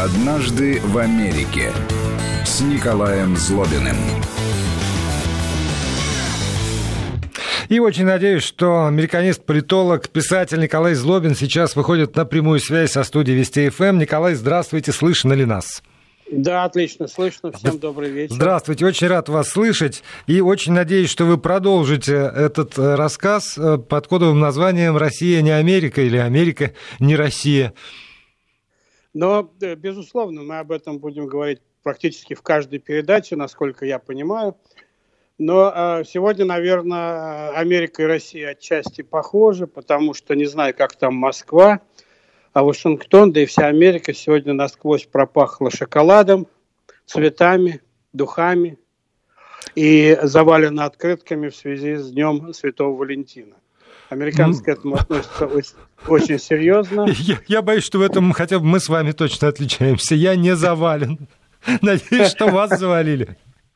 «Однажды в Америке» с Николаем Злобиным. И очень надеюсь, что американист-политолог, писатель Николай Злобин сейчас выходит на прямую связь со студией Вести ФМ. Николай, здравствуйте, слышно ли нас? Да, отлично, слышно. Всем добрый вечер. Здравствуйте, очень рад вас слышать. И очень надеюсь, что вы продолжите этот рассказ под кодовым названием «Россия не Америка» или «Америка не Россия». Но, безусловно, мы об этом будем говорить практически в каждой передаче, насколько я понимаю. Но сегодня, наверное, Америка и Россия отчасти похожи, потому что не знаю, как там Москва, а Вашингтон, да и вся Америка сегодня насквозь пропахла шоколадом, цветами, духами и завалена открытками в связи с Днем Святого Валентина. Американцы к этому относятся очень серьезно. Я боюсь, что в этом хотя бы мы с вами точно отличаемся. Я не завален. Надеюсь, что вас завалили.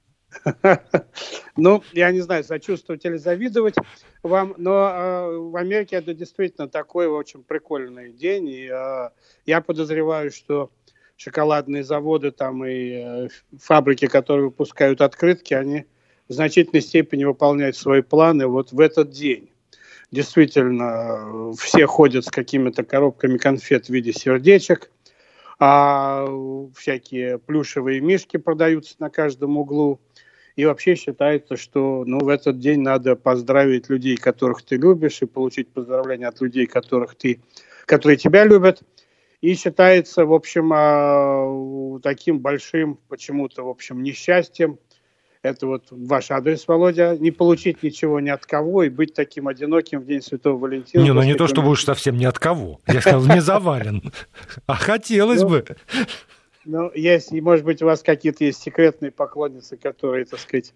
Ну, я не знаю, сочувствовать или завидовать вам, но в Америке это действительно такой очень прикольный день. И я подозреваю, что шоколадные заводы там и фабрики, которые выпускают открытки, они в значительной степени выполняют свои планы вот в этот день. Действительно, все ходят с какими-то коробками конфет в виде сердечек, а всякие плюшевые мишки продаются на каждом углу. И вообще считается, что в этот день надо поздравить людей, которых ты любишь, и получить поздравления от людей, которые тебя любят. И считается, в общем, таким большим почему-то, в общем, несчастьем. Это вот ваш адрес, Володя, не получить ничего ни от кого и быть таким одиноким в День Святого Валентина. Не то, чтобы уж совсем ни от кого. Я сказал, не завален. А хотелось бы. Ну, если, может быть, у вас какие-то есть секретные поклонницы, которые, так сказать...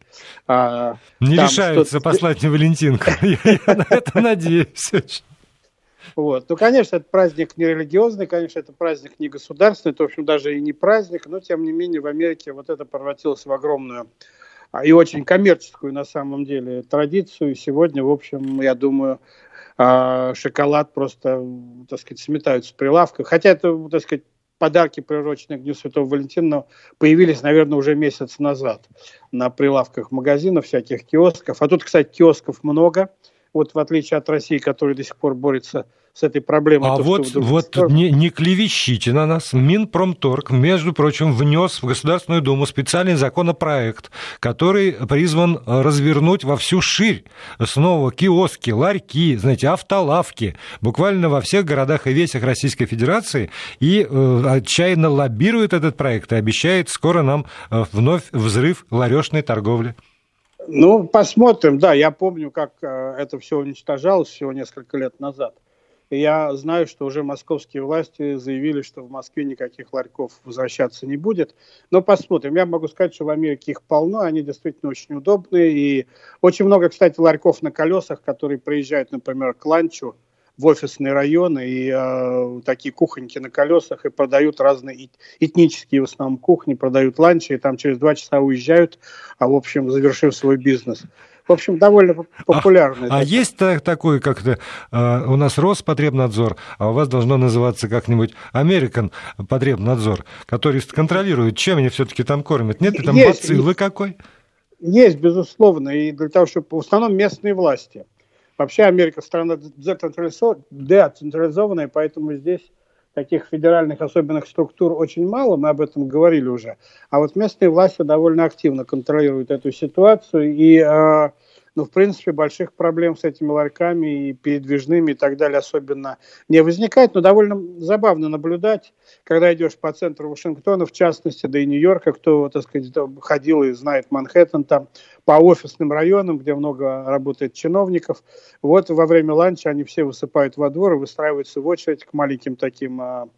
не решаются послать мне Валентинку. Я на это надеюсь. Вот. Ну, конечно, это праздник не религиозный, конечно, это праздник не государственный, это, в общем, даже и не праздник, но, тем не менее, в Америке вот это превратилось в огромную и очень коммерческую, на самом деле, традицию. И сегодня, в общем, я думаю, шоколад просто, так сказать, сметают с прилавка. Хотя это, так сказать, подарки, приуроченные к Дню Святого Валентина, появились, наверное, уже месяц назад на прилавках магазинов, всяких киосков. А тут, кстати, киосков много. Вот в отличие от России, которая до сих пор борется с этой проблемой. Не клевещите на нас. Минпромторг, между прочим, внес в Государственную Думу специальный законопроект, который призван развернуть во всю ширь снова киоски, ларьки, знаете, автолавки, буквально во всех городах и весях Российской Федерации, и отчаянно лоббирует этот проект и обещает скоро нам вновь взрыв ларёшной торговли. Ну, посмотрим. Да, я помню, как это все уничтожалось всего несколько лет назад. И я знаю, что уже московские власти заявили, что в Москве никаких ларьков возвращаться не будет. Но посмотрим. Я могу сказать, что в Америке их полно, они действительно очень удобные. И очень много, кстати, ларьков на колесах, которые приезжают, например, к ланчу в офисные районы, и такие кухоньки на колесах, и продают разные этнические в основном кухни, продают ланчи, и там через 2 часа уезжают, в общем, завершив свой бизнес. В общем, довольно популярный. А есть такой, как-то у нас Роспотребнадзор, а у вас должно называться как-нибудь Американпотребнадзор, который контролирует, чем они все-таки там кормят? Нет ли там бациллы какой? Есть, безусловно, и для того, чтобы в основном местные власти. Вообще Америка страна децентрализованная, поэтому здесь таких федеральных особенных структур очень мало, мы об этом говорили уже. А вот местные власти довольно активно контролируют эту ситуацию, и, в принципе, больших проблем с этими ларьками и передвижными и так далее особенно не возникает, но довольно забавно наблюдать, когда идешь по центру Вашингтона, в частности, да и Нью-Йорка, кто, так сказать, ходил и знает Манхэттен, там, по офисным районам, где много работает чиновников. Вот во время ланча они все высыпают во двор и выстраиваются в очередь к маленьким таким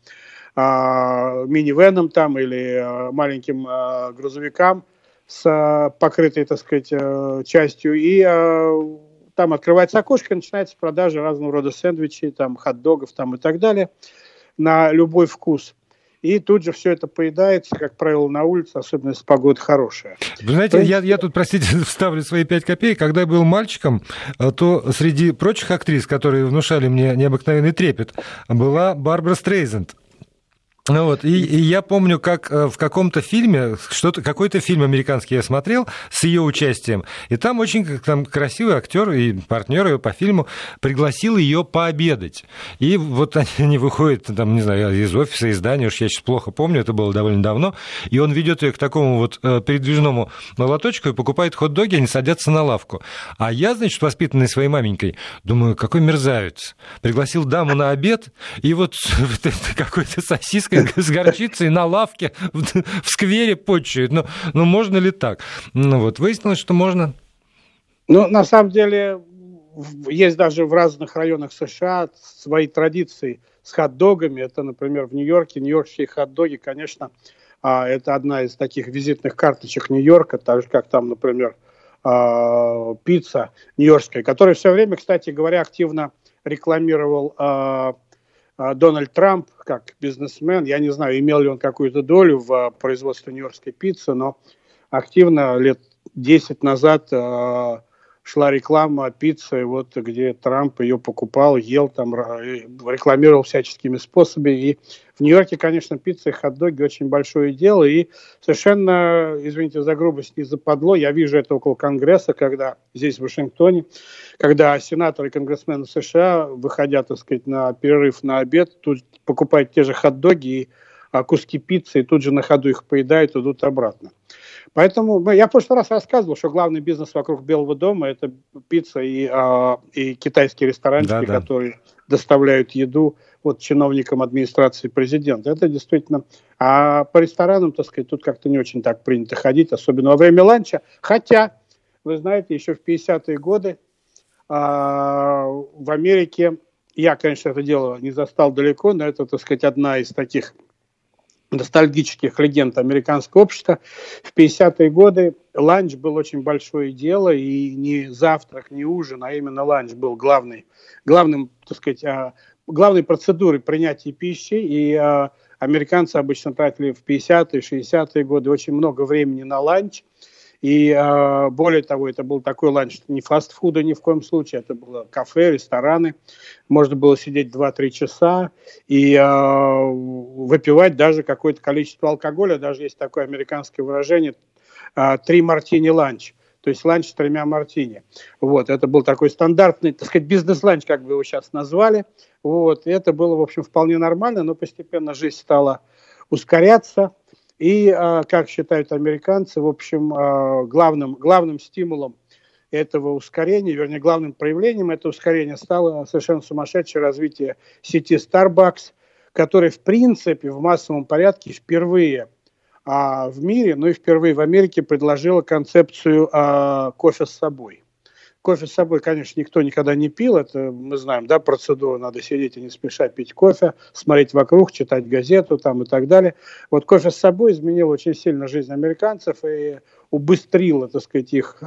минивенам там или маленьким грузовикам с покрытой, так сказать, частью. И там открывается окошко и начинается продажа разного рода сэндвичей, там, хот-догов там, и так далее на любой вкус. И тут же все это поедается, как правило, на улице, особенно если погода хорошая. Вы знаете, я тут, простите, вставлю свои 5 копеек. Когда я был мальчиком, то среди прочих актрис, которые внушали мне необыкновенный трепет, была Барбара Стрейзанд. Ну вот, и я помню, как в каком-то фильме, какой-то фильм американский я смотрел с ее участием, и там очень там красивый актер и партнер ее по фильму пригласил ее пообедать. И вот они выходят, там, не знаю, из офиса, из здания, уж я сейчас плохо помню, это было довольно давно, и он ведет ее к такому вот передвижному лоточку и покупает хот-доги, они садятся на лавку. А я, значит, воспитанный своей маменькой, думаю, какой мерзавец. Пригласил даму на обед, и вот какой-то сосиска с горчицей на лавке в сквере почует. Ну, можно ли так? Ну, вот, выяснилось, что можно. Ну, на самом деле, есть даже в разных районах США свои традиции с хот-догами. Это, например, в Нью-Йорке. Нью-Йоркские хот-доги, конечно, это одна из таких визитных карточек Нью-Йорка, так же, как там, например, пицца нью-йоркская, которую все время, кстати говоря, активно рекламировал Дональд Трамп как бизнесмен. Я не знаю, имел ли он какую-то долю в производстве нью-йоркской пиццы, но активно лет 10 назад шла реклама пиццы, вот где Трамп ее покупал, ел там, рекламировал всяческими способами. И в Нью-Йорке, конечно, пицца и хот-доги очень большое дело. И совершенно, извините за грубость, не западло. Я вижу это около Конгресса, когда здесь, в Вашингтоне, когда сенаторы и конгрессмены США, выходя, так сказать, на перерыв на обед, тут покупают те же хот-доги и куски пиццы, и тут же на ходу их поедают, идут обратно. Поэтому я в прошлый раз рассказывал, что главный бизнес вокруг Белого дома – это пицца и китайские ресторанчики, которые доставляют еду вот чиновникам администрации президента. Это действительно… А по ресторанам, так сказать, тут как-то не очень так принято ходить, особенно во время ланча. Хотя, вы знаете, еще в 50-е годы в Америке, я, конечно, это дело не застал далеко, но это, так сказать, одна из таких ностальгических легенд американского общества. В 50-е годы ланч был очень большое дело, и не завтрак, не ужин, а именно ланч был главным, так сказать, главной процедурой принятия пищи, и американцы обычно тратили в 50-е, 60-е годы очень много времени на ланч. И более того, это был такой ланч, не фастфуда ни в коем случае, это было кафе, рестораны. Можно было сидеть 2-3 часа и выпивать даже какое-то количество алкоголя. Даже есть такое американское выражение 3 мартини ланч. То есть ланч с 3 мартини. Вот, это был такой стандартный, так сказать, бизнес-ланч, как бы его сейчас назвали. Вот, и это было, в общем, вполне нормально, но постепенно жизнь стала ускоряться. И, как считают американцы, в общем, главным стимулом этого ускорения, вернее, главным проявлением этого ускорения стало совершенно сумасшедшее развитие сети Starbucks, которая, в принципе, в массовом порядке впервые в мире, ну и впервые в Америке предложила концепцию кофе с собой. Кофе с собой, конечно, никто никогда не пил, это мы знаем, да, процедуру, надо сидеть и не спеша пить кофе, смотреть вокруг, читать газету там и так далее. Вот кофе с собой изменил очень сильно жизнь американцев и убыстрило, так сказать, их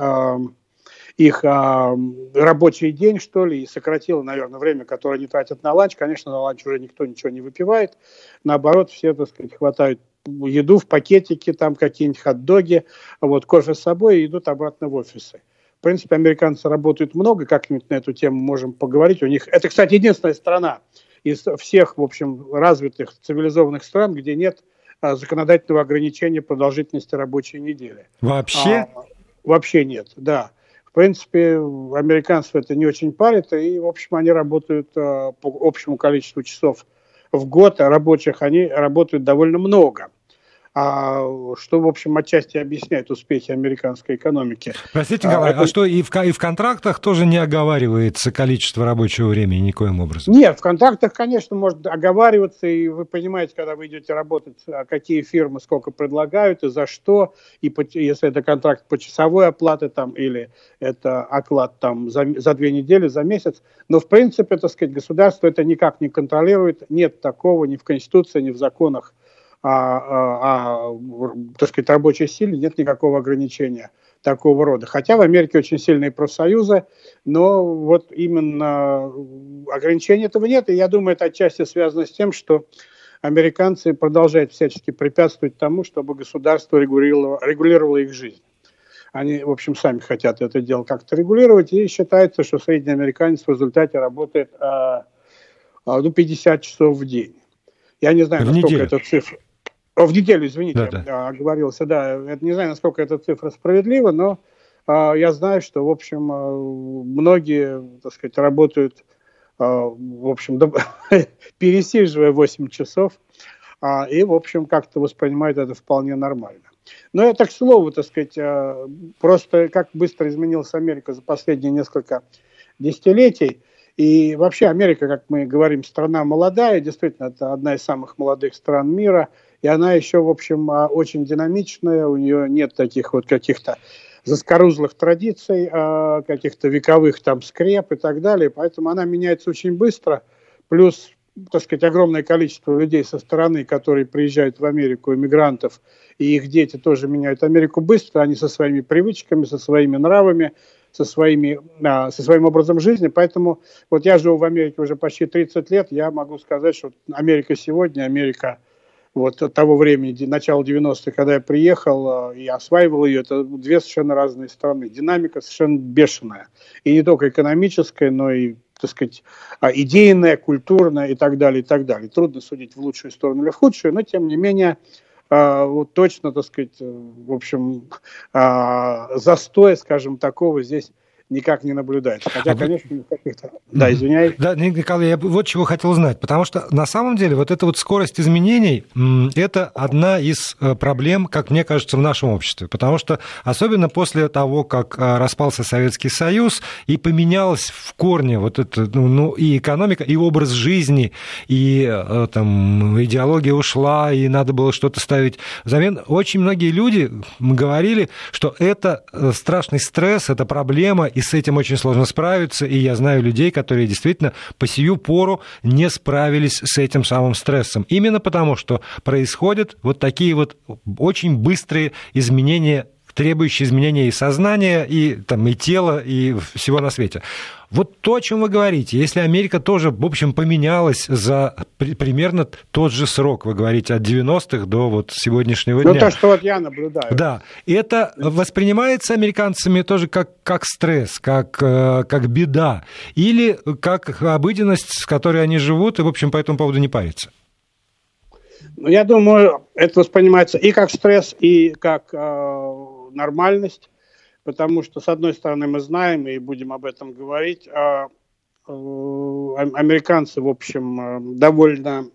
рабочий день, что ли, и сократило, наверное, время, которое они тратят на ланч. Конечно, на ланч уже никто ничего не выпивает, наоборот, все, так сказать, хватают еду в пакетике, там какие-нибудь хот-доги, вот, кофе с собой и идут обратно в офисы. В принципе, американцы работают много, как-нибудь на эту тему можем поговорить. У них, это, кстати, единственная страна из всех, в общем, развитых цивилизованных стран, где нет законодательного ограничения продолжительности рабочей недели. Вообще? Вообще нет, да. В принципе, американцев это не очень парит, и, в общем, они работают по общему количеству часов в год рабочих, они работают довольно много. Что, в общем, отчасти объясняет успехи американской экономики. Простите, Николай, что и в контрактах тоже не оговаривается количество рабочего времени никоим образом? Нет, в контрактах, конечно, может оговариваться, и вы понимаете, когда вы идете работать, какие фирмы сколько предлагают и за что, и если это контракт по часовой оплате там, или это оклад там, за 2 недели, за месяц. Но, в принципе, так сказать, государство это никак не контролирует, нет такого ни в Конституции, ни в законах так сказать, рабочей силе, нет никакого ограничения такого рода. Хотя в Америке очень сильные профсоюзы, но вот именно ограничения этого нет. И я думаю, это отчасти связано с тем, что американцы продолжают всячески препятствовать тому, чтобы государство регулировало их жизнь. Они, в общем, сами хотят это дело как-то регулировать, и считается, что средний американец в результате работает 50 часов в день. Я не знаю, насколько эта цифра... В неделю, извините, да. Оговорился, да. Не знаю, насколько эта цифра справедлива, но я знаю, что, в общем, многие, так сказать, работают, в общем, пересиживая 8 часов, и, в общем, как-то воспринимают это вполне нормально. Но это, к слову, так сказать, просто как быстро изменилась Америка за последние несколько десятилетий. И вообще Америка, как мы говорим, страна молодая, действительно, это одна из самых молодых стран мира, и она еще, в общем, очень динамичная, у нее нет таких вот каких-то заскорузлых традиций, каких-то вековых там скреп и так далее, поэтому она меняется очень быстро, плюс, так сказать, огромное количество людей со стороны, которые приезжают в Америку, иммигрантов, и их дети тоже меняют Америку быстро, они со своими привычками, со своими нравами, со своим образом жизни, поэтому вот я живу в Америке уже почти 30 лет, я могу сказать, что Америка сегодня, Америка вот от того времени, начала 90-х, когда я приехал и осваивал ее, это две совершенно разные страны, динамика совершенно бешеная, и не только экономическая, но и, так сказать, идейная, культурная и так далее, и так далее. Трудно судить в лучшую сторону или в худшую, но тем не менее, вот точно, так сказать, в общем, застоя, скажем, такого здесь никак не наблюдается. Хотя, конечно, каких-то... Да, извиняюсь. Да, Николай, я вот чего хотел узнать. Потому что, на самом деле, вот эта вот скорость изменений, это одна из проблем, как мне кажется, в нашем обществе. Потому что, особенно после того, как распался Советский Союз, и поменялась в корне вот это, и экономика, и образ жизни, и там идеология ушла, и надо было что-то ставить взамен. Очень многие люди говорили, что это страшный стресс, это проблема, и с этим очень сложно справиться, и я знаю людей, которые действительно по сию пору не справились с этим самым стрессом. Именно потому, что происходят вот такие вот очень быстрые изменения, требующие изменения и сознания, и, там, и тела, и всего на свете. Вот то, о чем вы говорите, если Америка тоже, в общем, поменялась за примерно тот же срок, вы говорите, от 90-х до вот сегодняшнего дня. Ну, то, что вот я наблюдаю. Да, и это воспринимается американцами тоже как стресс, как беда, или как обыденность, с которой они живут, и, в общем, по этому поводу не парятся? Ну, я думаю, это воспринимается и как стресс, и как нормальность. Потому что, с одной стороны, мы знаем, и будем об этом говорить, американцы, в общем, довольно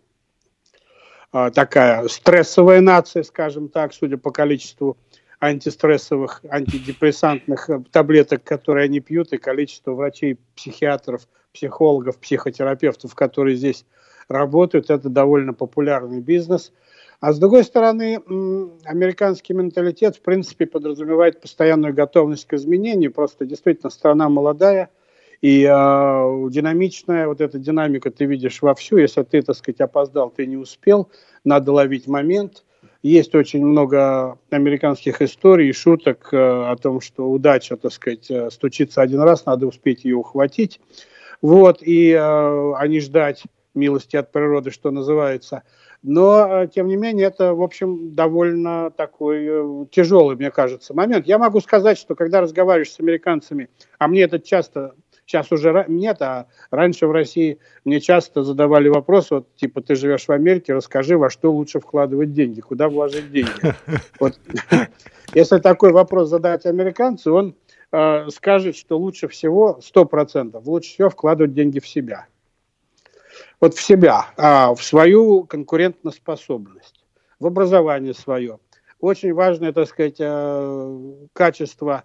такая стрессовая нация, скажем так, судя по количеству антистрессовых, антидепрессантных таблеток, которые они пьют, и количество врачей, психиатров, психологов, психотерапевтов, которые здесь работают, это довольно популярный бизнес. А с другой стороны, американский менталитет, в принципе, подразумевает постоянную готовность к изменению. Просто действительно страна молодая и динамичная. Вот эта динамика ты видишь вовсю. Если ты, так сказать, опоздал, ты не успел, надо ловить момент. Есть очень много американских историй и шуток о том, что удача, так сказать, стучится один раз, надо успеть ее ухватить. Вот, и а не ждать милости от природы, что называется. Но, тем не менее, это, в общем, довольно такой тяжелый, мне кажется, момент. Я могу сказать, что когда разговариваешь с американцами, а мне это часто, сейчас уже нет, а раньше в России мне часто задавали вопрос, вот, типа, ты живешь в Америке, расскажи, во что лучше вкладывать деньги, куда вложить деньги. Вот. Если такой вопрос задать американцу, он скажет, что лучше всего, 100%, лучше всего вкладывать деньги в себя. Вот в себя, в свою конкурентоспособность, в образование свое. Очень важное, так сказать, качество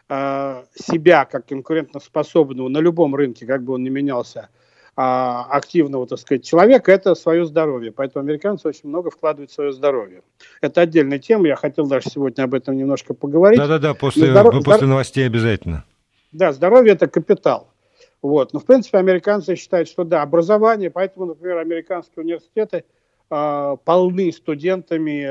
себя как конкурентоспособного на любом рынке, как бы он ни менялся, активного, так сказать, человека, это свое здоровье. Поэтому американцы очень много вкладывают в свое здоровье. Это отдельная тема, я хотел даже сегодня об этом немножко поговорить. Да-да-да, после новостей обязательно. Да, здоровье – это капитал. Вот. Но, в принципе, американцы считают, что да, образование, поэтому, например, американские университеты полны студентами,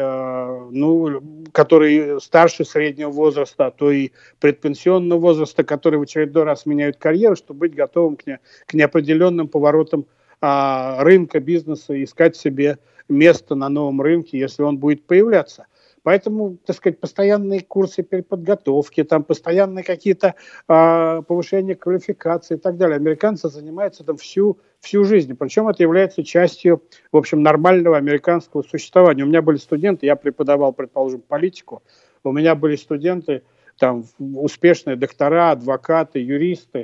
которые старше среднего возраста, а то и предпенсионного возраста, которые в очередной раз меняют карьеру, чтобы быть готовым к неопределенным поворотам рынка, бизнеса, искать себе место на новом рынке, если он будет появляться. Поэтому, так сказать, постоянные курсы переподготовки, там постоянные какие-то повышения квалификации и так далее. Американцы занимаются там всю жизнь. Причем это является частью, в общем, нормального американского существования. У меня были студенты, я преподавал, предположим, политику. У меня были студенты, там, успешные доктора, адвокаты, юристы,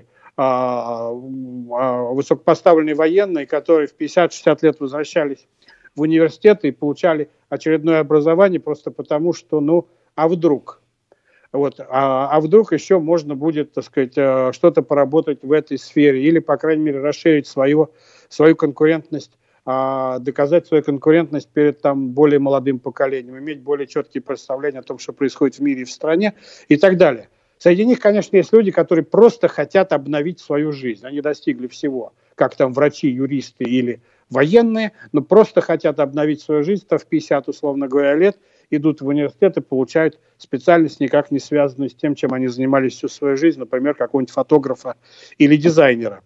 высокопоставленные военные, которые в 50-60 лет возвращались в университеты и получали очередное образование просто потому, что, а вдруг? Вот, а вдруг еще можно будет, так сказать, что-то поработать в этой сфере или, по крайней мере, расширить свою конкурентность, доказать свою конкурентность перед там, более молодым поколением, иметь более четкие представления о том, что происходит в мире и в стране и так далее. Среди них, конечно, есть люди, которые просто хотят обновить свою жизнь. Они достигли всего, как там врачи, юристы или военные, но просто хотят обновить свою жизнь, то в 50, условно говоря, лет, идут в университет и получают специальность, никак не связанную с тем, чем они занимались всю свою жизнь, например, какого-нибудь фотографа или дизайнера.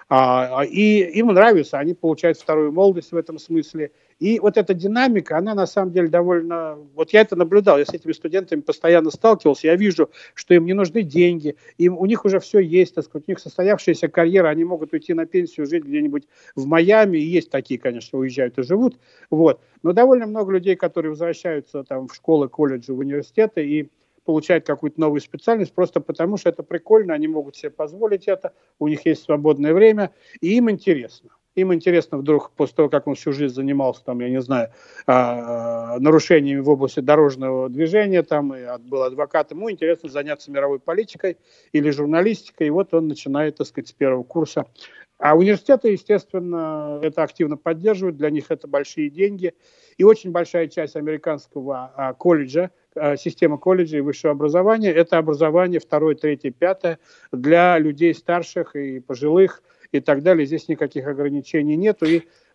И им нравится, они получают вторую молодость в этом смысле. И вот эта динамика, она на самом деле довольно... Вот я это наблюдал, я с этими студентами постоянно сталкивался, я вижу, что им не нужны деньги, у них уже все есть, так сказать, у них состоявшаяся карьера, они могут уйти на пенсию, жить где-нибудь в Майами, и есть такие, конечно, уезжают и живут, вот. Но довольно много людей, которые возвращаются там, в школы, колледжи, в университеты и получают какую-то новую специальность просто потому, что это прикольно, они могут себе позволить это, у них есть свободное время, и им интересно. Им интересно вдруг, после того, как он всю жизнь занимался, там, я не знаю, нарушениями в области дорожного движения, там, и был адвокатом, ему интересно заняться мировой политикой или журналистикой, и вот он начинает, так сказать, с первого курса. А университеты, естественно, это активно поддерживают, для них это большие деньги, и очень большая часть американского колледжа, система колледжа и высшего образования, это образование 2, 3, 5 для людей старших и пожилых, и так далее. Здесь никаких ограничений нету.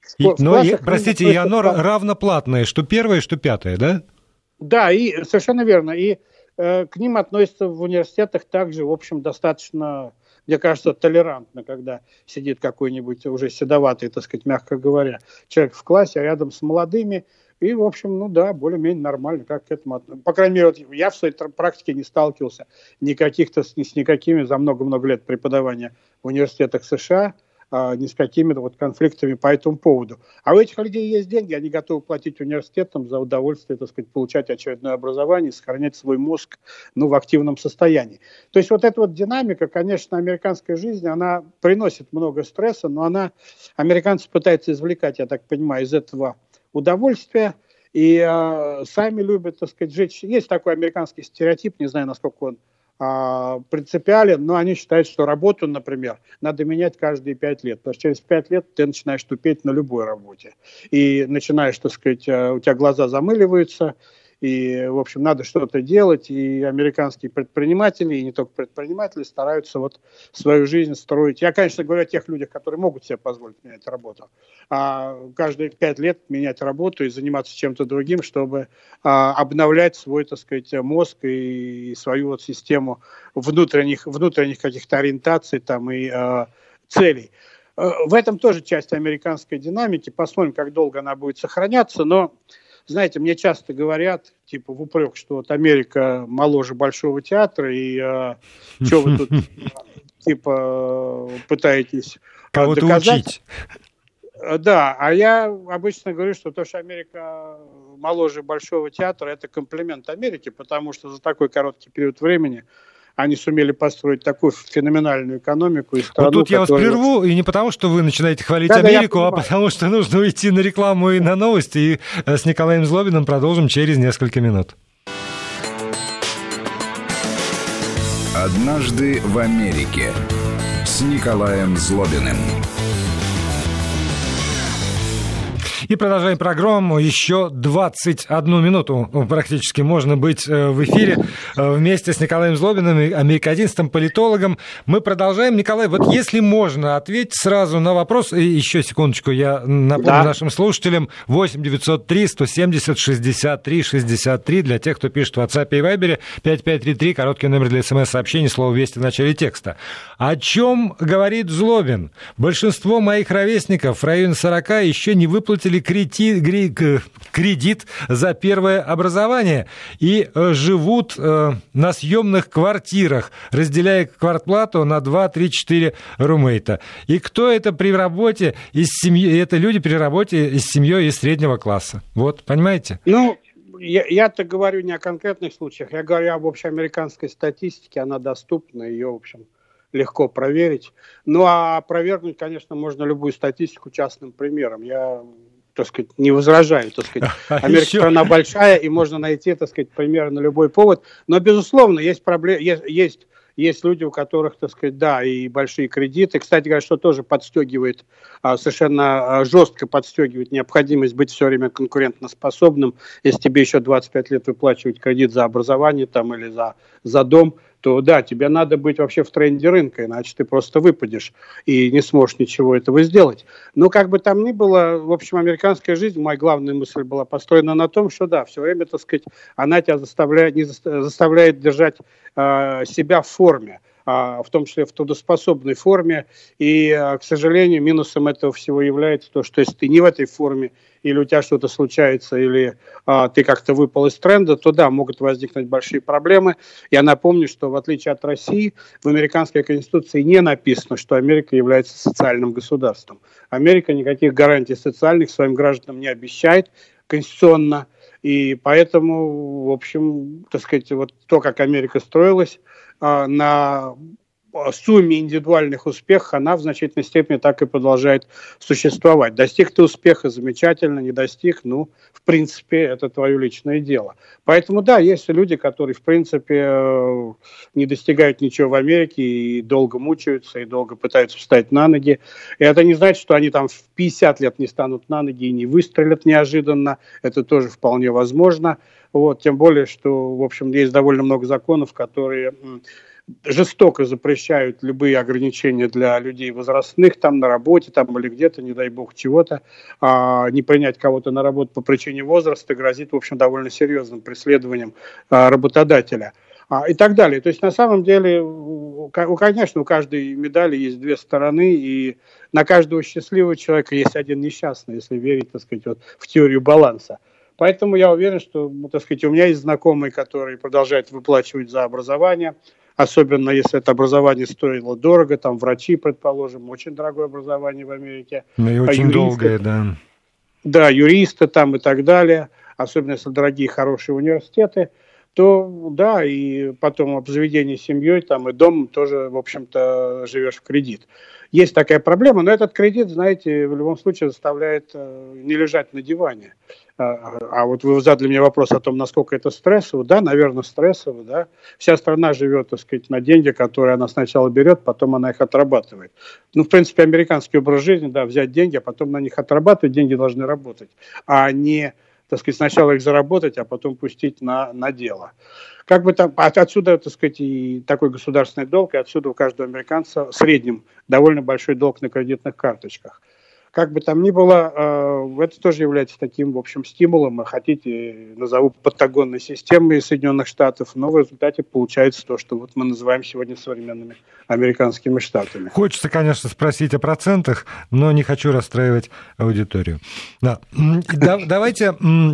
Простите, и оно равноплатное, что первое, что пятое, да? Да, и совершенно верно. И к ним относятся в университетах также, в общем, достаточно, мне кажется, толерантно, когда сидит какой-нибудь уже седоватый, так сказать, мягко говоря, человек в классе рядом с молодыми. И, в общем, более-менее нормально, как к этому относиться. По крайней мере, вот я в своей практике не сталкивался с никакими за много-много лет преподавания в университетах США, ни с какими вот конфликтами по этому поводу. А у этих людей есть деньги, они готовы платить университетам за удовольствие, так сказать, получать очередное образование, сохранять свой мозг, в активном состоянии. То есть вот эта вот динамика, конечно, американской жизни, она приносит много стресса, но американцы пытаются извлекать, я так понимаю, из этого удовольствие, и сами любят, так сказать, жить. Есть такой американский стереотип, не знаю, насколько он принципиален, но они считают, что работу, например, надо менять каждые 5 лет, потому что через 5 лет ты начинаешь тупеть на любой работе, и начинаешь, так сказать, у тебя глаза замыливаются, и, в общем, надо что-то делать, и американские предприниматели, и не только предприниматели, стараются вот свою жизнь строить. Я, конечно, говорю о тех людях, которые могут себе позволить менять работу, каждые 5 лет менять работу и заниматься чем-то другим, чтобы обновлять свой, так сказать, мозг и свою вот систему внутренних каких-то ориентаций там, и целей. В этом тоже часть американской динамики. Посмотрим, как долго она будет сохраняться, но знаете, мне часто говорят, типа, в упрек, что вот Америка моложе Большого театра, и что вы тут, типа, пытаетесь кого-то доказать. Учить. Да, а я обычно говорю, что то, что Америка моложе Большого театра, это комплимент Америке, потому что за такой короткий период времени они сумели построить такую феноменальную экономику и страну. Вот тут я вас прерву, и не потому, что вы начинаете хвалить Америку, а потому что нужно уйти на рекламу и на новости. И с Николаем Злобиным продолжим через несколько минут. «Однажды в Америке» с Николаем Злобиным. И продолжаем программу. Еще 21 минуту практически можно быть в эфире вместе с Николаем Злобиным, американистом, политологом. Мы продолжаем. Николай, вот если можно, ответь сразу на вопрос. И еще секундочку, я напомню нашим слушателям. 8-903-170-63-63 для тех, кто пишет в WhatsApp и Viber. 5533, короткий номер для СМС-сообщений, слово «Вести» в начале текста. О чем говорит Злобин? Большинство моих ровесников в районе 40 еще не выплатили или кредит за первое образование и живут на съемных квартирах, разделяя квартплату на 2, 3, 4 румейта. И кто это при работе из семьи? Это люди при работе с семьей из среднего класса. Вот, понимаете? Ну, я-то говорю не о конкретных случаях, я говорю об общеамериканской статистике, она доступна, ее, в общем, легко проверить. Ну, а опровергнуть, конечно, можно любую статистику частным примером. Я, так сказать, не возражаю, так сказать. Америка страна большая, и можно найти, так сказать, примеры на любой повод. Но, безусловно, есть проблемы, есть люди, у которых, так сказать, да, и большие кредиты. Кстати говоря, что тоже подстегивает, совершенно жестко подстегивает необходимость быть все время конкурентоспособным. Если тебе еще 25 лет выплачивать кредит за образование там, или за дом, то да, тебе надо быть вообще в тренде рынка, иначе ты просто выпадешь и не сможешь ничего этого сделать. Но как бы там ни было, в общем, американская жизнь, моя главная мысль была построена на том, что да, все время, так сказать, она тебя заставляет держать себя в форме, в том числе в трудоспособной форме. И, к сожалению, минусом этого всего является то, что если ты не в этой форме, или у тебя что-то случается, или ты как-то выпал из тренда, то да, могут возникнуть большие проблемы. Я напомню, что в отличие от России, в американской конституции не написано, что Америка является социальным государством. Америка никаких гарантий социальных своим гражданам не обещает конституционно. И поэтому, в общем, так сказать, вот то, как Америка строилась, на сумме индивидуальных успехов, она в значительной степени так и продолжает существовать. Достиг ты успеха, замечательно, не достиг, ну, в принципе, это твое личное дело. Поэтому, да, есть люди, которые, в принципе, не достигают ничего в Америке и долго мучаются, и долго пытаются встать на ноги. И это не значит, что они там в 50 лет не станут на ноги и не выстрелят неожиданно. Это тоже вполне возможно. Вот, тем более, что, в общем, есть довольно много законов, которые жестоко запрещают любые ограничения для людей возрастных, там на работе, там или где-то, не дай бог чего-то. Не принять кого-то на работу по причине возраста грозит, в общем, довольно серьезным преследованием работодателя. И так далее. То есть, на самом деле, конечно, у каждой медали есть две стороны, и на каждого счастливого человека есть один несчастный, если верить, так сказать, вот, в теорию баланса. Поэтому я уверен, что, так сказать, у меня есть знакомые, которые продолжают выплачивать за образование, особенно если это образование стоило дорого, там врачи, предположим, очень дорогое образование в Америке. Ну и очень долгое, да. Да, юристы там и так далее, особенно если дорогие, хорошие университеты, то да, и потом обзаведение семьей там и домом тоже, в общем-то, живешь в кредит. Есть такая проблема, но этот кредит, знаете, в любом случае заставляет не лежать на диване. А вот вы задали мне вопрос о том, насколько это стрессово. Да, наверное, стрессово, да. Вся страна живет, так сказать, на деньги, которые она сначала берет, потом она их отрабатывает. Ну, в принципе, американский образ жизни, да, взять деньги, а потом на них отрабатывать, деньги должны работать, а не, так сказать, сначала их заработать, а потом пустить на дело. Как бы там, отсюда, так сказать, и такой государственный долг, и отсюда у каждого американца в среднем довольно большой долг на кредитных карточках. Как бы там ни было, это тоже является таким, в общем, стимулом, хотите, назову патагонной системой Соединенных Штатов, но в результате получается то, что вот мы называем сегодня современными американскими штатами. Хочется, конечно, спросить о процентах, но не хочу расстраивать аудиторию. Да. Давайте...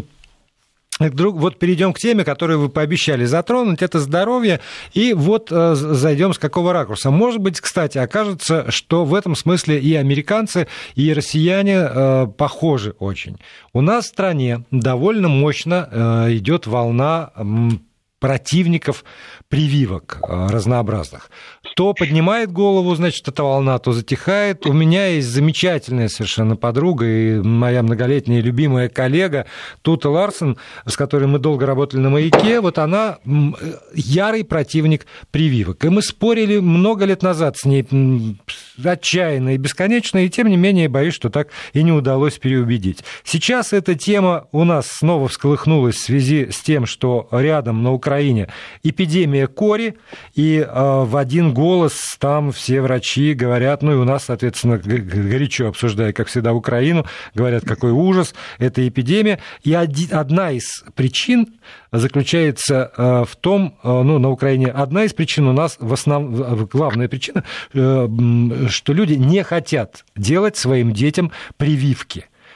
Вот перейдем к теме, которую вы пообещали затронуть, это здоровье, и вот зайдем с какого ракурса. Может быть, кстати, окажется, что в этом смысле и американцы, и россияне похожи очень. У нас в стране довольно мощно идет волна противников прививок разнообразных. То поднимает голову, значит, эта волна, то затихает. У меня есть замечательная совершенно подруга и моя многолетняя любимая коллега Тута Ларсен, с которой мы долго работали на «Маяке». Вот она ярый противник прививок. И мы спорили много лет назад с ней отчаянно и бесконечно, и тем не менее, боюсь, что так и не удалось переубедить. Сейчас эта тема у нас снова всколыхнулась в связи с тем, что рядом на Украине эпидемия кори, и в один голос там все врачи говорят, ну и у нас, соответственно, горячо обсуждая, как всегда, Украину, говорят, какой ужас, это эпидемия. И одна из причин заключается в том, ну, на Украине одна из причин у нас, главная причина, что люди не хотят делать своим детям прививки.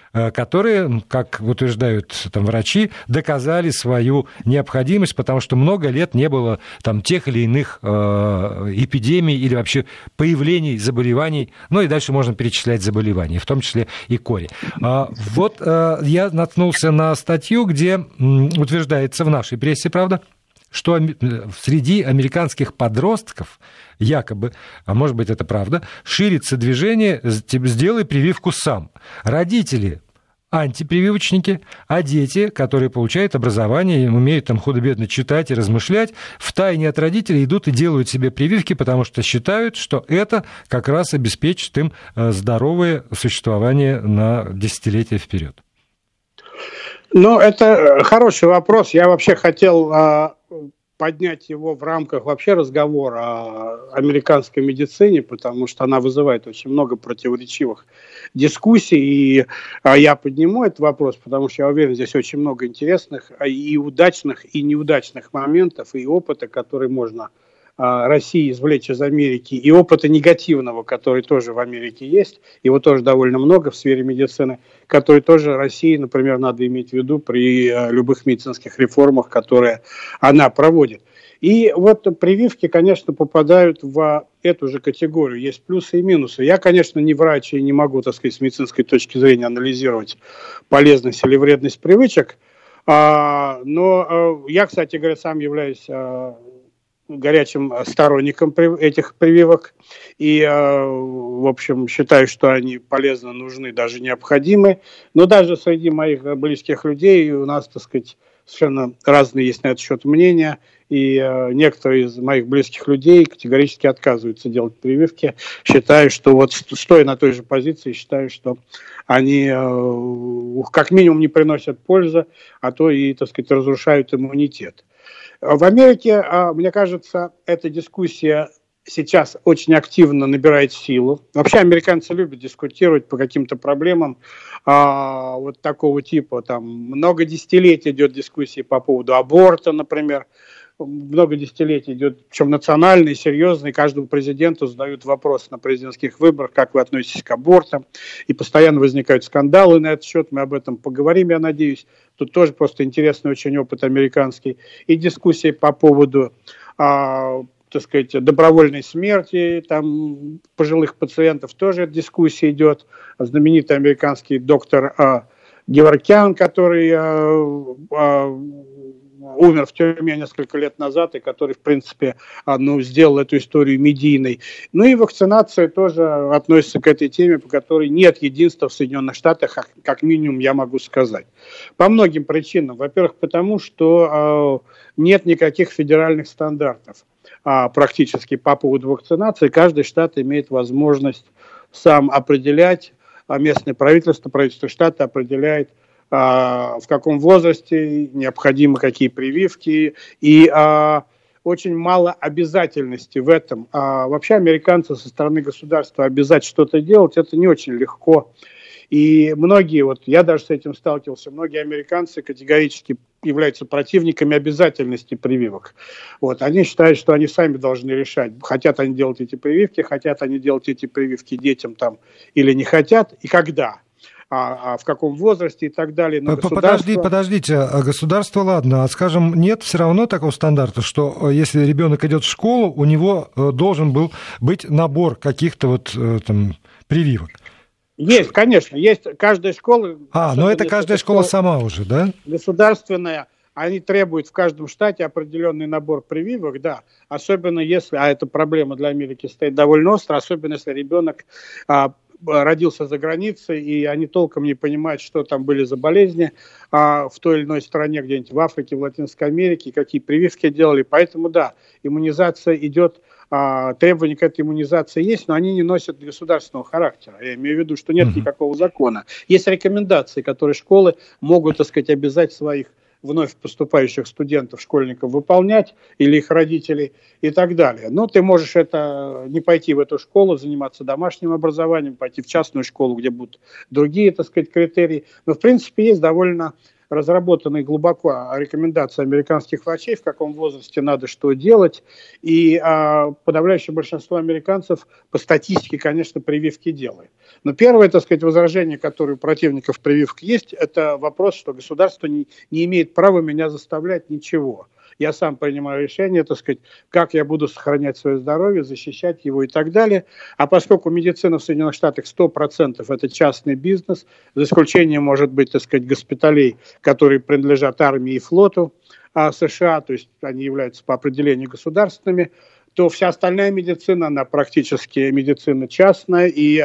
которые, как утверждают там врачи, доказали свою необходимость, потому что много лет не было там тех или иных эпидемий или вообще появлений заболеваний, ну и дальше можно перечислять заболевания, в том числе и кори. Вот я наткнулся на статью, где утверждается в нашей прессе, правда, что среди американских подростков якобы, а может быть это правда, ширится движение «сделай прививку сам». Родители антипрививочники, а дети, которые получают образование и умеют там худо-бедно читать и размышлять, втайне от родителей идут и делают себе прививки, потому что считают, что это как раз обеспечит им здоровое существование на десятилетия вперед. Ну, это хороший вопрос. Я вообще хотел поднять его в рамках вообще разговора о американской медицине, потому что она вызывает очень много противоречивых дискуссий, и я подниму этот вопрос, потому что я уверен, здесь очень много интересных и удачных, и неудачных моментов, и опыта, который можно России извлечь из Америки, и опыта негативного, который тоже в Америке есть, его тоже довольно много в сфере медицины, который тоже России, например, надо иметь в виду при любых медицинских реформах, которые она проводит. И вот прививки, конечно, попадают в эту же категорию. Есть плюсы и минусы. Я, конечно, не врач и не могу, так сказать, с медицинской точки зрения анализировать полезность или вредность привычек, но я, кстати говоря, сам являюсь горячим сторонником этих прививок и, в общем, считаю, что они полезны, нужны, даже необходимы. Но даже среди моих близких людей у нас, так сказать, совершенно разные есть на этот счет мнения, и некоторые из моих близких людей категорически отказываются делать прививки, считаю, что вот стоя на той же позиции, считаю, что они как минимум не приносят пользы, а то и, так сказать, разрушают иммунитет. В Америке, мне кажется, эта дискуссия сейчас очень активно набирает силу. Вообще американцы любят дискутировать по каким-то проблемам вот такого типа. Там много десятилетий идет дискуссии по поводу аборта, например. Много десятилетий идет, причем национальный, серьезный. Каждому президенту задают вопрос на президентских выборах, как вы относитесь к абортам. И постоянно возникают скандалы на этот счет. Мы об этом поговорим, я надеюсь. Тут тоже просто интересный очень опыт американский. И дискуссии по поводу, так сказать, добровольной смерти там, пожилых пациентов тоже дискуссия идет. Знаменитый американский доктор Геворкян, который умер в тюрьме несколько лет назад, и который, в принципе, сделал эту историю медийной. Ну и вакцинация тоже относится к этой теме, по которой нет единства в Соединенных Штатах, как минимум я могу сказать. По многим причинам. Во-первых, потому что нет никаких федеральных стандартов практически по поводу вакцинации. Каждый штат имеет возможность сам определять, местное правительство штата определяет, в каком возрасте необходимы какие прививки, и очень мало обязательностей в этом. Вообще американцы со стороны государства обязать что-то делать, это не очень легко. И многие, вот я даже с этим сталкивался, многие американцы категорически являются противниками обязательности прививок. Вот, они считают, что они сами должны решать, хотят они делать эти прививки, хотят они делать эти прививки детям там или не хотят, и когда. В каком возрасте и так далее. Но Подождите, государство, ладно, а скажем, нет все равно такого стандарта, что если ребенок идет в школу, у него должен был быть набор каких-то вот там прививок? Есть, конечно, есть каждая школа. Но это каждая школа сама уже, да? Государственная, они требуют в каждом штате определенный набор прививок, да, особенно если, а эта проблема для Америки стоит довольно остро, особенно если ребенок родился за границей, и они толком не понимают, что там были за болезни в той или иной стране, где-нибудь в Африке, в Латинской Америке, какие прививки делали. Поэтому, да, иммунизация идет, требования к этой иммунизации есть, но они не носят государственного характера. Я имею в виду, что нет никакого закона. Есть рекомендации, которые школы могут, так сказать, обязать своих вновь поступающих студентов, школьников выполнять, или их родителей и так далее. Но ты можешь не пойти в эту школу, заниматься домашним образованием, пойти в частную школу, где будут другие, так сказать, критерии. Но, в принципе, есть довольно разработаны глубоко рекомендации американских врачей, в каком возрасте надо что делать. И подавляющее большинство американцев по статистике, конечно, прививки делает. Но первое, так сказать, возражение, которое у противников прививок есть, это вопрос, что государство не имеет права меня заставлять ничего. Я сам принимаю решение, так сказать, как я буду сохранять свое здоровье, защищать его и так далее. А поскольку медицина в Соединенных Штатах 100% это частный бизнес, за исключением, может быть, так сказать, госпиталей, которые принадлежат армии и флоту США, то есть они являются по определению государственными, то вся остальная медицина, она практически медицина частная, и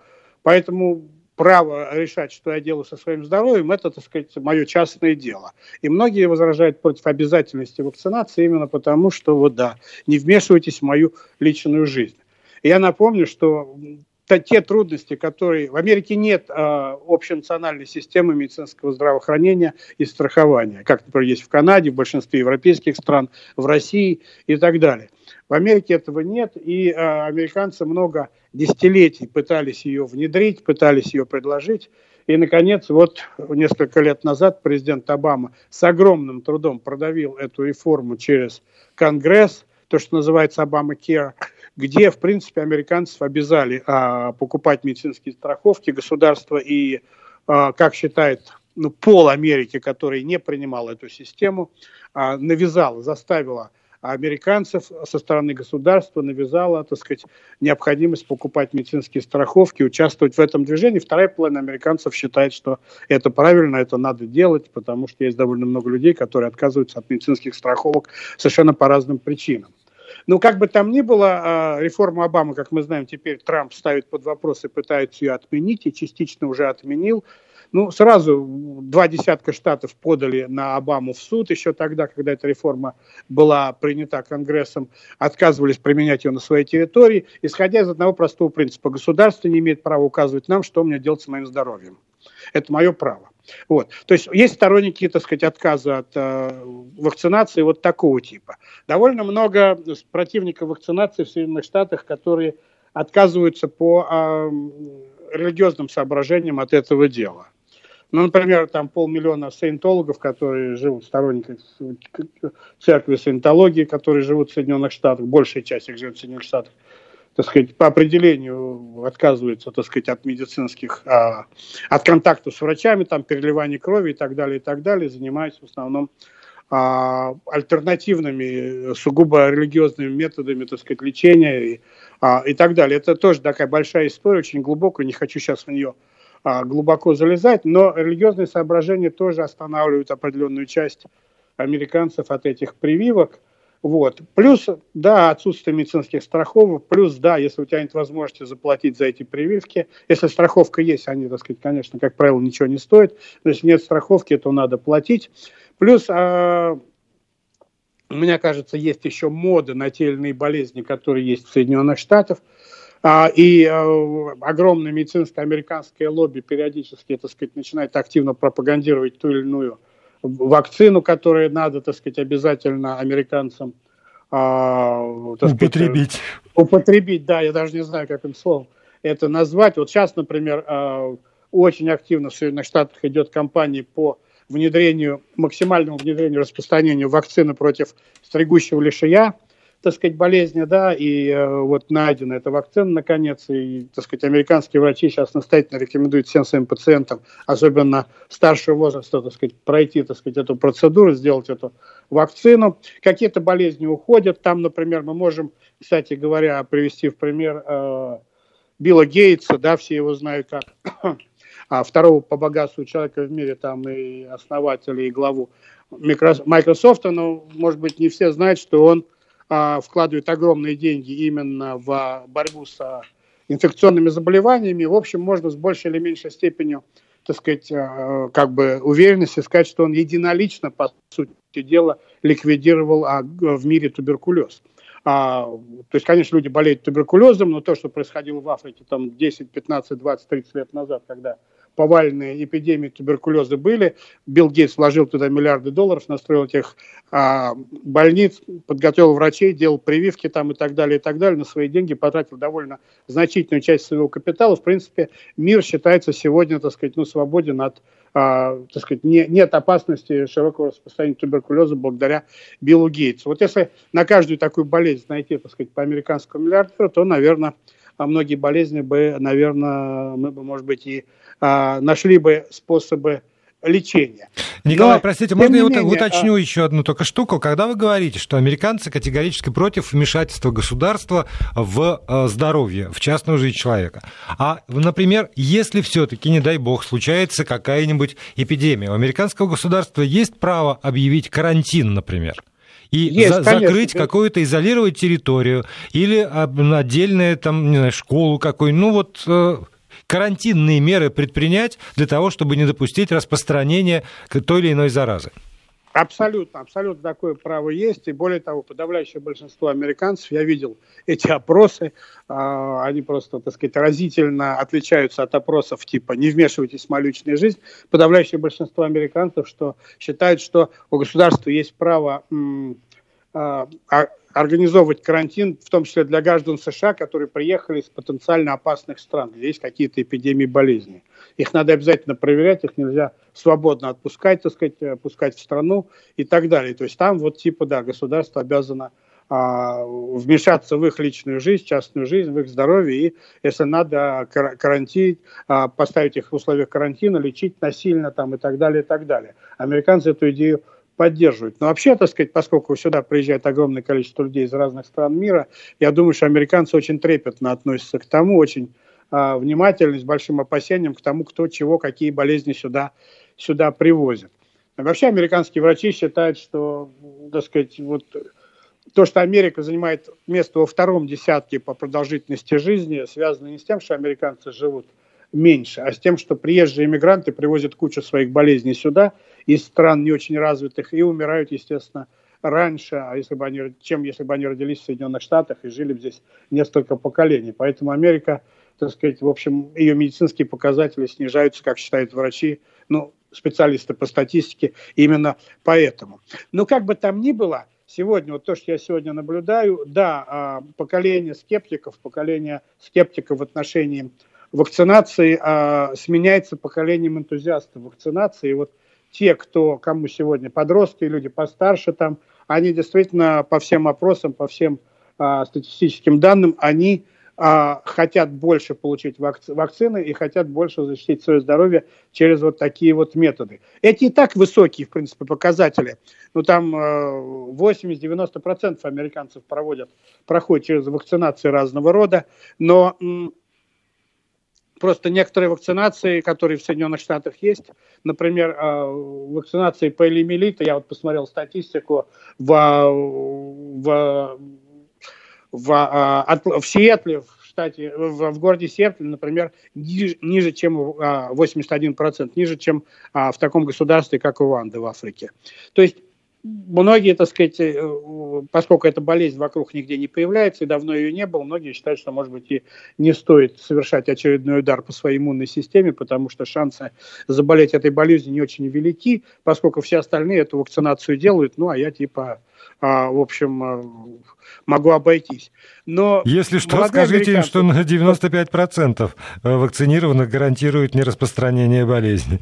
поэтому право решать, что я делаю со своим здоровьем, это, так сказать, мое частное дело. И многие возражают против обязательности вакцинации именно потому, что, вот да, не вмешивайтесь в мою личную жизнь. И я напомню, что те трудности, которые... В Америке нет общенациональной системы медицинского здравоохранения и страхования, как, например, есть в Канаде, в большинстве европейских стран, в России и так далее. В Америке этого нет, и американцы много десятилетий пытались ее внедрить, пытались ее предложить. И, наконец, вот несколько лет назад президент Обама с огромным трудом продавил эту реформу через Конгресс, то, что называется Obamacare, где, в принципе, американцев обязали покупать медицинские страховки государства и, как считает пол Америки, который не принимал эту систему, навязала, заставила американцев со стороны государства, навязала, так сказать, необходимость покупать медицинские страховки, участвовать в этом движении. Вторая половина американцев считает, что это правильно, это надо делать, потому что есть довольно много людей, которые отказываются от медицинских страховок совершенно по разным причинам. Ну, как бы там ни было, реформу Обамы, как мы знаем, теперь Трамп ставит под вопрос и пытается ее отменить, и частично уже отменил. Ну, сразу 20 штатов подали на Обаму в суд еще тогда, когда эта реформа была принята Конгрессом, отказывались применять ее на своей территории, исходя из одного простого принципа. Государство не имеет права указывать нам, что мне делать с моим здоровьем. Это мое право. Вот. То есть есть сторонники, так сказать, отказа от вакцинации вот такого типа. Довольно много противников вакцинации в Соединенных Штатах, которые отказываются по религиозным соображениям от этого дела. Ну, например, там 500 000 саентологов, которые живут, сторонники церкви саентологии, которые живут в Соединенных Штатах, большая часть их живет в Соединенных Штатах, так сказать, по определению отказываются, так сказать, от медицинских, от контактов с врачами, там, переливания крови и так далее, занимаются в основном альтернативными, сугубо религиозными методами, так сказать, лечения и так далее. Это тоже такая большая история, очень глубокая, не хочу сейчас в нее глубоко залезать, но религиозные соображения тоже останавливают определенную часть американцев от этих прививок. Вот. Плюс, да, отсутствие медицинских страховок, плюс, да, если у тебя нет возможности заплатить за эти прививки, если страховка есть, они, так сказать, конечно, как правило, ничего не стоят, но если нет страховки, то надо платить. Плюс, мне кажется, есть еще мода на те или иные болезни, которые есть в Соединенных Штатах, и огромное медицинское американское лобби периодически, так сказать, начинает активно пропагандировать ту или иную вакцину, которую надо, так сказать, обязательно американцам употребить. Употребить, да, я даже не знаю, как им словом это назвать. Вот сейчас, например, очень активно в Соединенных Штатах идет кампания по максимальному внедрению, распространению вакцины против стригущего лишая, так сказать, болезни, да, и вот найдена эта вакцина, наконец, и, так сказать, американские врачи сейчас настоятельно рекомендуют всем своим пациентам, особенно старшего возраста, так сказать, пройти, так сказать, эту процедуру, сделать эту вакцину. Какие-то болезни уходят, там, например, мы можем, кстати говоря, привести в пример Билла Гейтса, да, все его знают как второго по богатству человека в мире, там и основателя, и главу Microsoft, но, может быть, не все знают, что он вкладывает огромные деньги именно в борьбу с инфекционными заболеваниями. В общем, можно с большей или меньшей степенью, так сказать, как бы уверенности сказать, что он единолично, по сути дела, ликвидировал в мире туберкулез. То есть, конечно, люди болеют туберкулезом, но то, что происходило в Африке там 10, 15, 20, 30 лет назад, когда повальные эпидемии туберкулеза были. Билл Гейтс вложил туда миллиарды долларов, настроил этих больниц, подготовил врачей, делал прививки там и так далее, на свои деньги, потратил довольно значительную часть своего капитала. В принципе, мир считается сегодня, так сказать, свободен от, так сказать, нет опасности широкого распространения туберкулеза благодаря Биллу Гейтсу. Вот если на каждую такую болезнь найти, так сказать, по американскому миллиардеру, то, наверное, многие болезни бы, наверное, мы бы, может быть, и нашли бы способы лечения. Николай, простите, можно я уточню еще одну только штуку? Когда вы говорите, что американцы категорически против вмешательства государства в здоровье, в частную жизнь человека, например, если все-таки, не дай бог, случается какая-нибудь эпидемия, у американского государства есть право объявить карантин, например? И закрыть какую-то, изолировать территорию или отдельную там, не знаю, школу какую-нибудь, карантинные меры предпринять для того, чтобы не допустить распространения той или иной заразы? Абсолютно такое право есть. И более того, подавляющее большинство американцев, я видел эти опросы, они просто, так сказать, разительно отличаются от опросов типа «не вмешивайтесь в мою личную жизнь». Подавляющее большинство американцев считают, что у государства есть право организовывать карантин, в том числе для граждан США, которые приехали из потенциально опасных стран, где есть какие-то эпидемии болезней. Их надо обязательно проверять, их нельзя свободно отпускать, так сказать, пускать в страну и так далее. То есть там государство обязано вмешаться в их личную жизнь, частную жизнь, в их здоровье, и, если надо, карантин, поставить их в условиях карантина, лечить насильно там, и так далее, и так далее. Американцы эту идею поддерживают. Но вообще, так сказать, поскольку сюда приезжает огромное количество людей из разных стран мира, я думаю, что американцы очень трепетно относятся к тому, очень внимательны, с большим опасением к тому, кто чего, какие болезни сюда привозит. Вообще, американские врачи считают, что, так сказать, то, что Америка занимает место во втором десятке по продолжительности жизни, связано не с тем, что американцы живут меньше, а с тем, что приезжие иммигранты привозят кучу своих болезней сюда из стран не очень развитых и умирают, естественно, раньше, чем если бы они родились в Соединенных Штатах и жили бы здесь несколько поколений. Поэтому Америка, так сказать, в общем, ее медицинские показатели снижаются, как считают врачи, специалисты по статистике, именно поэтому. Но как бы там ни было, сегодня, то, что я сегодня наблюдаю, поколение скептиков в отношении вакцинации сменяется поколением энтузиастов вакцинации. И те, кому сегодня подростки, люди постарше, они действительно по всем опросам, по всем статистическим данным, они хотят больше получить вакцины и хотят больше защитить свое здоровье через такие методы. Эти и так высокие, в принципе, показатели. Там 80-90% американцев проходят через вакцинации разного рода, но просто некоторые вакцинации, которые в Соединенных Штатах есть, например, вакцинации полиомиелита, я посмотрел статистику в Сиэтле, в городе Сиэтле, например, ниже, чем 81%, ниже, чем в таком государстве, как Руанда в Африке. То есть многие, так сказать, поскольку эта болезнь вокруг нигде не появляется и давно ее не было, многие считают, что, может быть, и не стоит совершать очередной удар по своей иммунной системе, потому что шансы заболеть этой болезнью не очень велики, поскольку все остальные эту вакцинацию делают, а я в общем, могу обойтись. Но если что, скажите им, что на 95% вакцинированных гарантирует нераспространение болезни.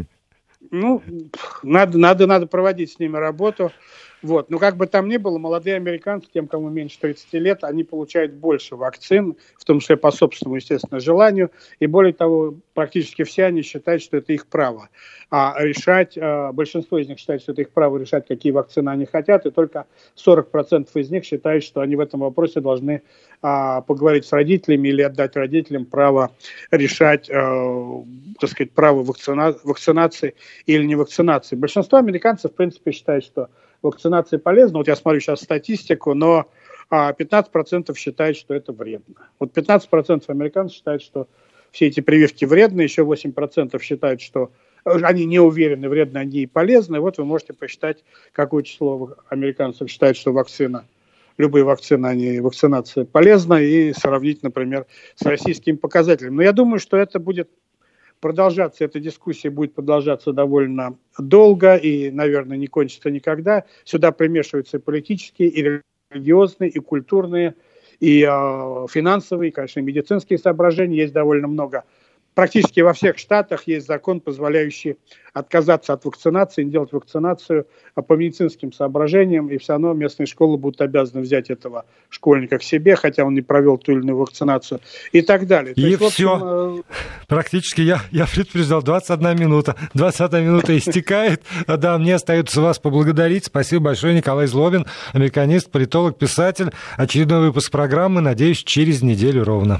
Надо проводить с ними работу. Но как бы там ни было, молодые американцы, тем, кому меньше 30 лет, они получают больше вакцин, в том числе по собственному, естественно, желанию. И более того, практически все они считают, что это их право решать. Большинство из них считает, что это их право решать, какие вакцины они хотят. И только 40% из них считают, что они в этом вопросе должны поговорить с родителями или отдать родителям право решать, так сказать, право вакцинации или не вакцинации. Большинство американцев, в принципе, считают, что вакцинация полезна. Я смотрю сейчас статистику, но 15% считают, что это вредно. 15% американцев считают, что все эти прививки вредны, еще 8% считают, что они не уверены, вредны они и полезны. Вы можете посчитать, какое число американцев считает, что любые вакцины, вакцинация полезна, и сравнить, например, с российскими показателями. Но я думаю, что это будет продолжаться, эта дискуссия будет продолжаться довольно долго и, наверное, не кончится никогда. Сюда примешиваются и политические, и религиозные, и культурные, и финансовые, и, конечно, и медицинские соображения. Есть довольно много. Практически во всех штатах есть закон, позволяющий отказаться от вакцинации, не делать вакцинацию по медицинским соображениям, и все равно местные школы будут обязаны взять этого школьника к себе, хотя он не провел ту или иную вакцинацию, и так далее. И все. Практически я предупреждал, 21 минута. 21 минута истекает. Да, мне остается вас поблагодарить. Спасибо большое, Николай Злобин, американист, политолог, писатель. Очередной выпуск программы, надеюсь, через неделю ровно.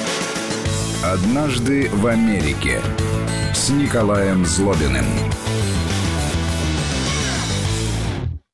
«Однажды в Америке» с Николаем Злобиным.